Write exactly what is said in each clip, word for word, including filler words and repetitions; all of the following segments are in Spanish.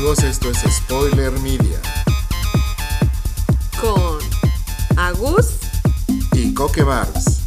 amigos, esto es Spoiler Media con Agus y Coque Barbs.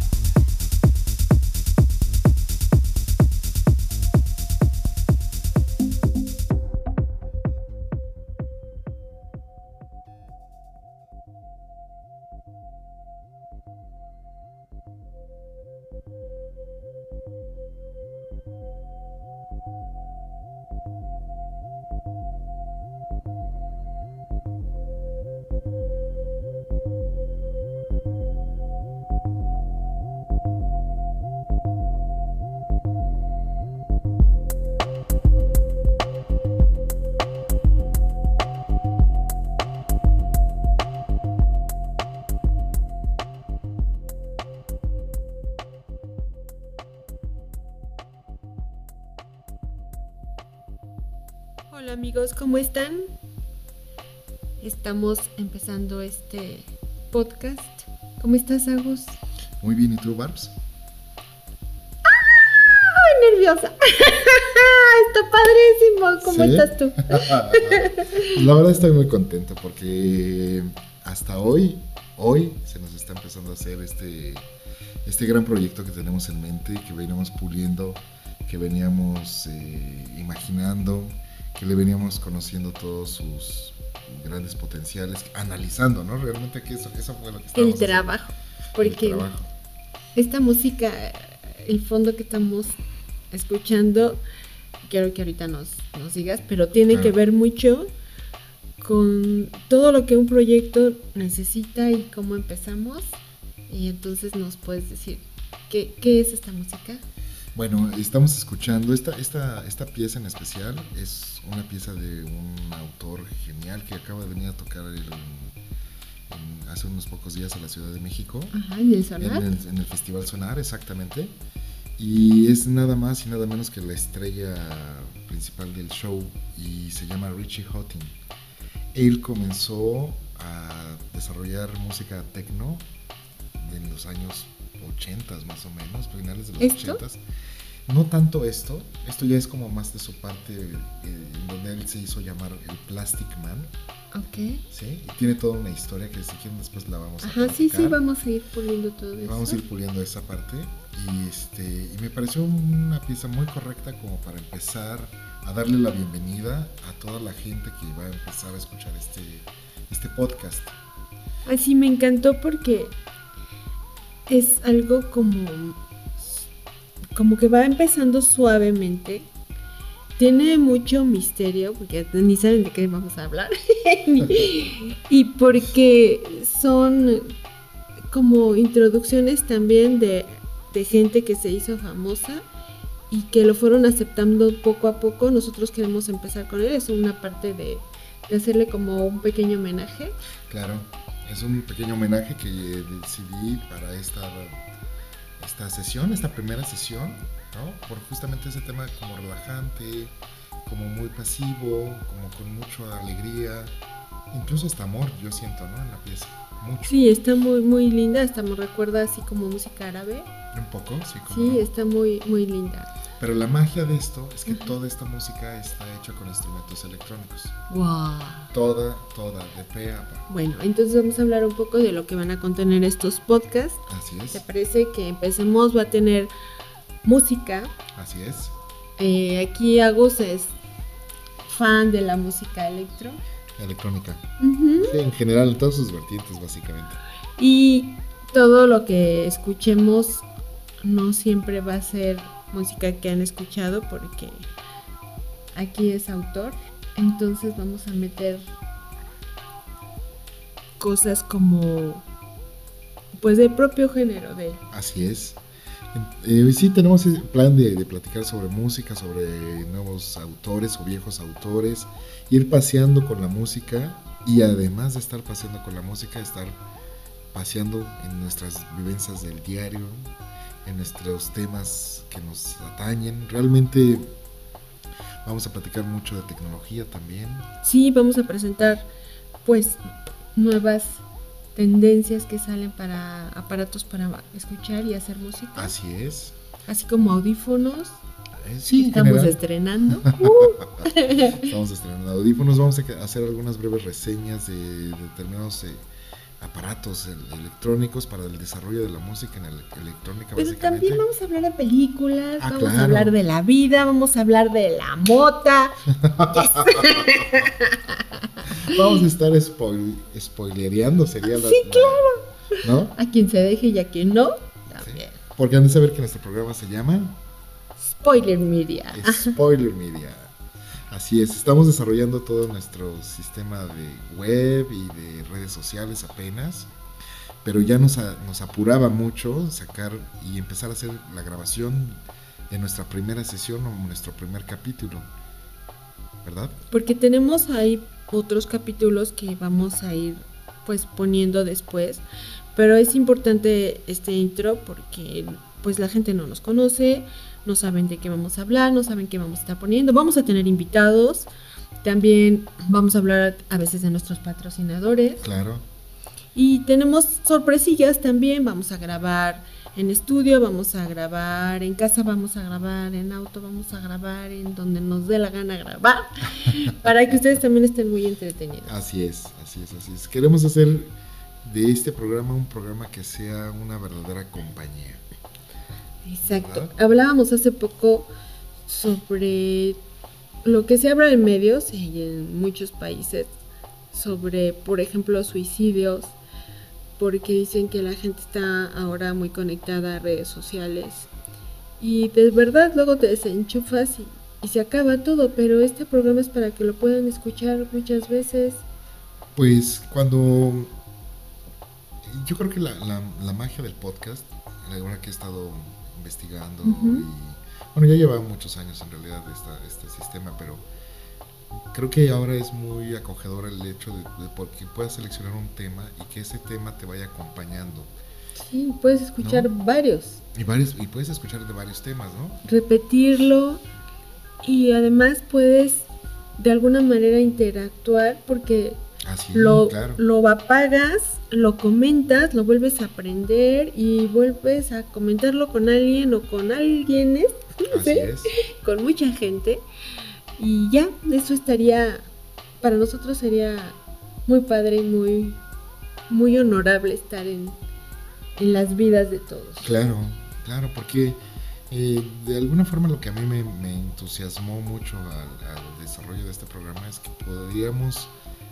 Hola amigos, ¿cómo están? Estamos empezando este podcast. ¿Cómo estás, Agus? Muy bien, ¿y tú, Barbs? ¡Ay, nerviosa! Está padrísimo. ¿Cómo ¿Sí? estás tú? La verdad estoy muy contento porque hasta hoy, hoy se nos está empezando a hacer este, este gran proyecto que tenemos en mente, que veníamos puliendo, que veníamos eh, imaginando, que le veníamos conociendo todos sus grandes potenciales, analizando, ¿no? Realmente que eso, eso fue lo que estábamos El trabajo. haciendo. Porque El trabajo. esta música, el fondo que estamos escuchando, quiero que ahorita nos, nos digas, pero tiene Claro. que ver mucho con todo lo que un proyecto necesita y cómo empezamos. Y entonces nos puedes decir, ¿qué, qué es esta música? Bueno, estamos escuchando esta, esta, esta pieza en especial, es una pieza de un autor genial que acaba de venir a tocar el, en, hace unos pocos días a la Ciudad de México. Ajá, ¿y el En sonar? el, en el Festival Sonar, exactamente. Y es nada más y nada menos que la estrella principal del show y se llama Richie Hawtin. Él comenzó a desarrollar música techno en los años ochentas más o menos, finales de los ¿Esto? ochentas. No tanto esto, esto ya es como más de su parte, eh, en donde él se hizo llamar el Plastic Man, Ok. ¿sí? Y tiene toda una historia que si quieren después la vamos a Ajá, sí, sí, platicar. vamos a ir puliendo todo eso. Vamos a ir puliendo esa parte y este y me pareció una pieza muy correcta como para empezar a darle la bienvenida a toda la gente que va a empezar a escuchar este, este podcast. Así me encantó porque es algo como, como que va empezando suavemente. Tiene mucho misterio porque ni saben de qué vamos a hablar. Y porque son como introducciones también de, de gente que se hizo famosa y que lo fueron aceptando poco a poco. Nosotros queremos empezar con él. Es una parte de, de hacerle como un pequeño homenaje. Claro, es un pequeño homenaje que decidí para esta, esta sesión, esta primera sesión, ¿no? Por justamente ese tema como relajante, como muy pasivo, como con mucha alegría, incluso hasta amor, yo siento, ¿no? En la pieza, mucho. Sí, está muy muy linda, hasta me recuerda así como música árabe. Un poco, sí, como Sí, no. está muy muy linda. Pero la magia de esto es que Ujú. toda esta música está hecha con instrumentos electrónicos. Wow. Toda, toda, de pe a pa. Bueno, entonces vamos a hablar un poco de lo que van a contener estos podcasts. Así ¿Te es, parece que empecemos? Va a tener música. así es. Eh, aquí Agus es fan de la música electro. Electrónica. Ujú. Sí, en general, en todas sus vertientes, básicamente. Y todo lo que escuchemos no siempre va a ser música que han escuchado porque aquí es autor. Entonces vamos a meter cosas como pues del propio género de él. Así es. Eh, sí, tenemos el plan de, de platicar sobre música, sobre nuevos autores o viejos autores, ir paseando con la música y además de estar paseando con la música, estar paseando en nuestras vivencias del diario, en nuestros temas que nos atañen. Realmente vamos a platicar mucho de tecnología también. Sí, vamos a presentar pues nuevas tendencias que salen para aparatos para escuchar y hacer música, Así es. así como audífonos. Eh, sí, estamos general. estrenando. Uh. Estamos estrenando audífonos. Vamos a hacer algunas breves reseñas de determinados eh, aparatos el, electrónicos para el desarrollo de la música en el, electrónica. Pero básicamente. También vamos a hablar de películas, ah, vamos claro. a hablar de la vida, vamos a hablar de la mota. Vamos a estar spoil, spoilereando, sería la... Sí, la, claro. ¿no? A quien se deje y a quien no, también. Sí. Porque han de saber que nuestro programa se llama Spoiler Media. Spoiler Media. Así es, estamos desarrollando todo nuestro sistema de web y de redes sociales apenas, pero ya nos, a, nos apuraba mucho sacar y empezar a hacer la grabación de nuestra primera sesión o nuestro primer capítulo, ¿verdad? Porque tenemos ahí otros capítulos que vamos a ir pues poniendo después, pero es importante este intro porque pues la gente no nos conoce, no saben de qué vamos a hablar, no saben qué vamos a estar poniendo. Vamos a tener invitados, también vamos a hablar a veces de nuestros patrocinadores. Claro. Y tenemos sorpresillas también, vamos a grabar en estudio, vamos a grabar en casa, vamos a grabar en auto, vamos a grabar en donde nos dé la gana grabar, para que ustedes también estén muy entretenidos. Así es, así es, así es. Queremos hacer de este programa un programa que sea una verdadera compañía. Exacto. ¿Verdad? Hablábamos hace poco sobre lo que se habla en medios y en muchos países sobre, por ejemplo, suicidios, porque dicen que la gente está ahora muy conectada a redes sociales y de verdad luego te desenchufas y, y se acaba todo, pero este programa es para que lo puedan escuchar muchas veces. Pues cuando... Yo creo que la, la, la magia del podcast, ahora que he estado investigando, uh-huh. y bueno, ya lleva muchos años en realidad esta, este sistema, pero creo que ahora es muy acogedor el hecho de, de porque puedas seleccionar un tema y que ese tema te vaya acompañando. Sí, puedes escuchar, ¿no? varios. Y varios y puedes escuchar de varios temas, ¿no? Repetirlo y además puedes de alguna manera interactuar porque Así, lo, claro. lo apagas, lo comentas, lo vuelves a aprender y vuelves a comentarlo con alguien o con alguienes, Así es. con mucha gente. Y ya, eso estaría, para nosotros sería muy padre y muy, muy honorable estar en, en las vidas de todos. Claro, claro, porque eh, de alguna forma lo que a mí me, me entusiasmó mucho al, al desarrollo de este programa es que podríamos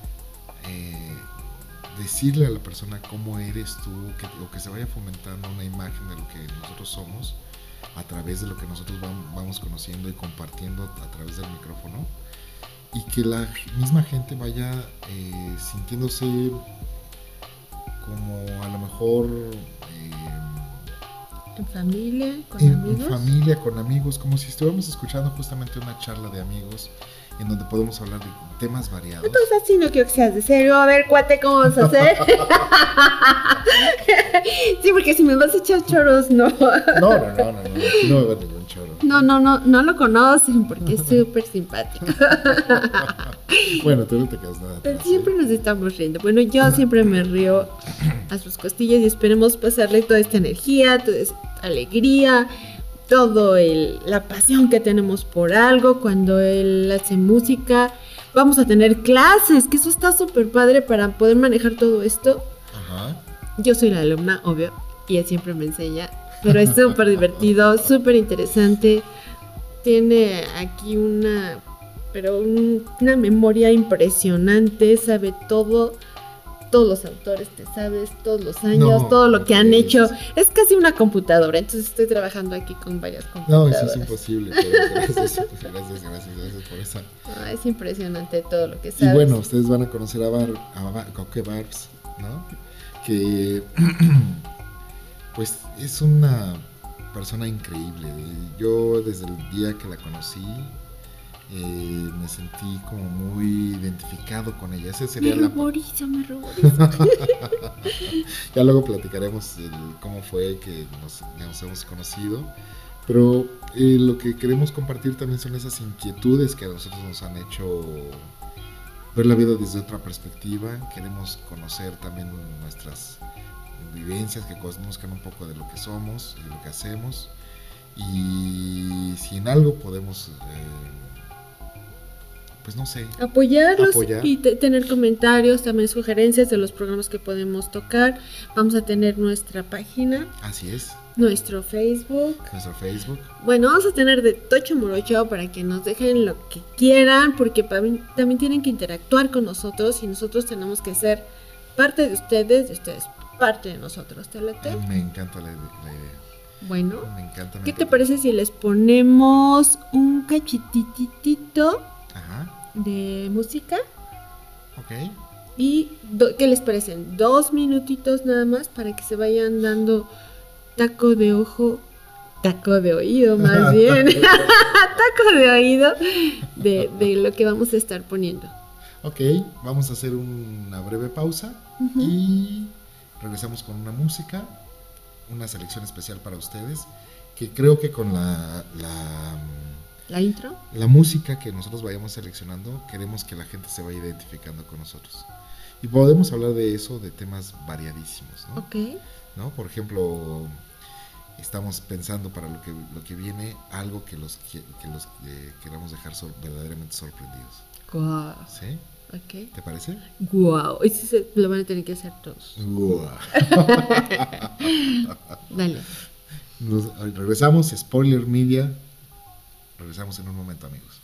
eh, decirle a la persona cómo eres tú, que, o que se vaya fomentando una imagen de lo que nosotros somos a través de lo que nosotros vamos conociendo y compartiendo a través del micrófono, y que la misma gente vaya eh, sintiéndose como a lo mejor eh, en familia, con en, amigos. En familia, con amigos, como si estuviéramos escuchando justamente una charla de amigos en donde podemos hablar de temas variados. Entonces así no quiero que seas de serio. A ver, cuate, ¿cómo vas a hacer? Sí, porque si me vas a echar choros, no. No, no, no, no, no, aquí no me va a dar ningún choro. No, no, no, no lo conocen porque es súper simpático. Bueno, tú no te quedas nada. Pero siempre nos estamos riendo. Bueno, yo siempre me río a sus costillas y esperemos pasarle toda esta energía, toda esta alegría, todo el, la pasión que tenemos por algo. Cuando él hace música, vamos a tener clases, que eso está súper padre para poder manejar todo esto. Ajá. Yo soy la alumna, obvio, y él siempre me enseña, pero es súper divertido, súper interesante. Tiene aquí una, pero un, una memoria impresionante, sabe todo. Todos los autores te sabes, todos los años, no, todo lo que han hecho. Es casi una computadora, entonces estoy trabajando aquí con varias computadoras. No, eso es imposible. Gracias, gracias, gracias, gracias por esa. Ah, es impresionante todo lo que sabes. Y bueno, ustedes van a conocer a, Bar, a Bar, Coque Barbs, ¿no? Que pues es una persona increíble. Yo desde el día que la conocí Eh, me sentí como muy identificado con ella. Ese sería me ruborizo, la... me ruborizo. Ya luego platicaremos el, cómo fue que nos, nos hemos conocido. Pero eh, lo que queremos compartir también son esas inquietudes que a nosotros nos han hecho ver la vida desde otra perspectiva. Queremos conocer también nuestras vivencias, que conozcan un poco de lo que somos y de lo que hacemos. y si en algo podemos, eh, pues no sé, apoyarlos apoyar. y te- tener comentarios, también sugerencias de los programas que podemos tocar. Vamos a tener nuestra página, Así es, nuestro Facebook. nuestro Facebook. Bueno, vamos a tener de Tocho Morocho para que nos dejen lo que quieran, porque pa- también tienen que interactuar con nosotros y nosotros tenemos que ser parte de ustedes y ustedes parte de nosotros. ¿Te late? Me encanta la, la idea. Bueno, Me encanta. me ¿qué te encanta. parece si les ponemos un cachititito Ajá, de música? ok. ¿Y do- qué les parecen? Dos minutitos nada más para que se vayan dando taco de ojo, taco de oído más bien, taco de oído de, de lo que vamos a estar poniendo. Ok, vamos a hacer una breve pausa Ujú. y regresamos con una música, una selección especial para ustedes, que creo que con la, la, ¿La intro? la música que nosotros vayamos seleccionando, queremos que la gente se vaya identificando con nosotros. Y podemos hablar de eso, de temas variadísimos, ¿no? Ok. ¿No? Por ejemplo, estamos pensando para lo que, lo que viene, algo que los, que, que los eh, queramos dejar sor- verdaderamente sorprendidos. Guau. ¿Sí? Ok. ¿Te parece? Guau. Ese se lo van a tener que hacer todos. Uah. Dale. Nos- regresamos, Spoiler Media. Regresamos en un momento, amigos.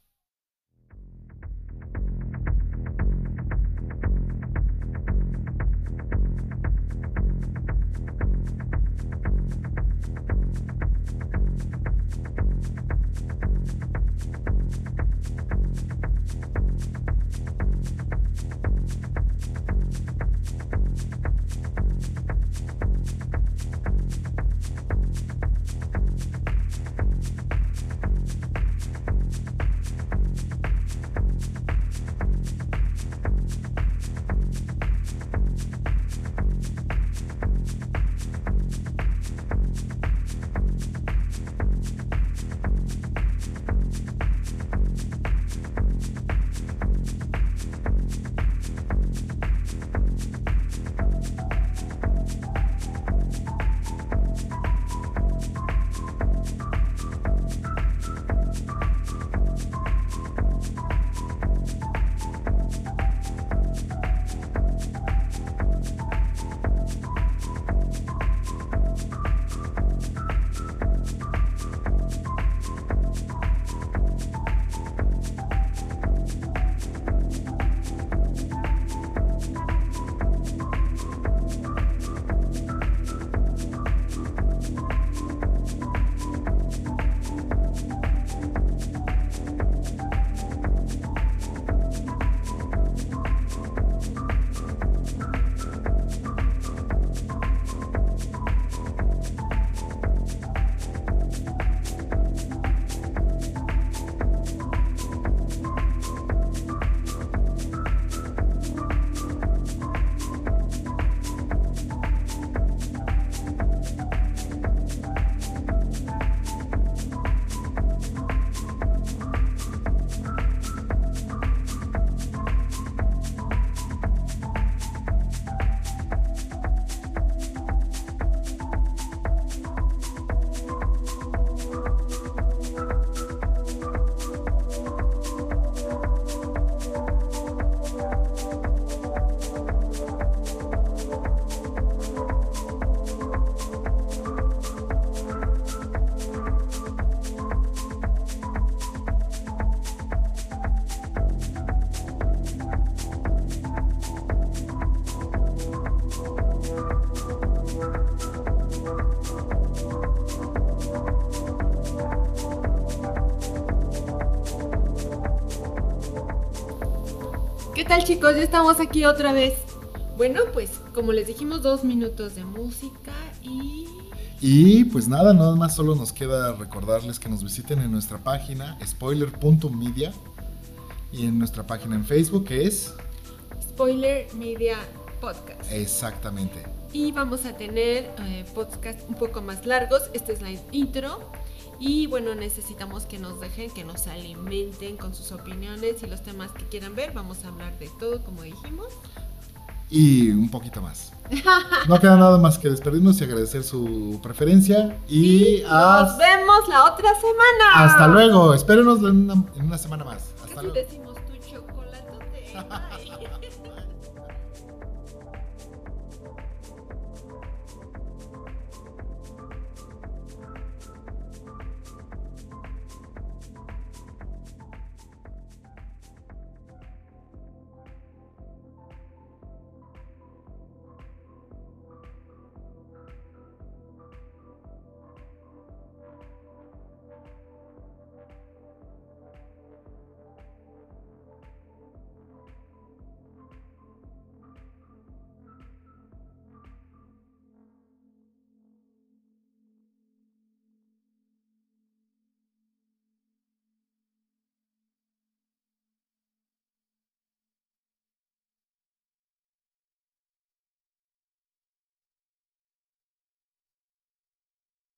¿Qué tal, chicos? Ya estamos aquí otra vez. Bueno, pues como les dijimos, dos minutos de música y... Y pues nada, nada más solo nos queda recordarles que nos visiten en nuestra página spoiler punto media y en nuestra página en Facebook, que es Spoiler Media Podcast. exactamente. Y vamos a tener eh, podcast un poco más largos. Esta es la intro. Y bueno, necesitamos que nos dejen, que nos alimenten con sus opiniones y los temas que quieran ver. Vamos a hablar de todo, como dijimos. y un poquito más. No queda nada más que despedirnos y agradecer su preferencia. Y nos vemos la otra semana. Hasta luego. Espérenos en una, en una semana más. Hasta luego. Decimos tu chocolate.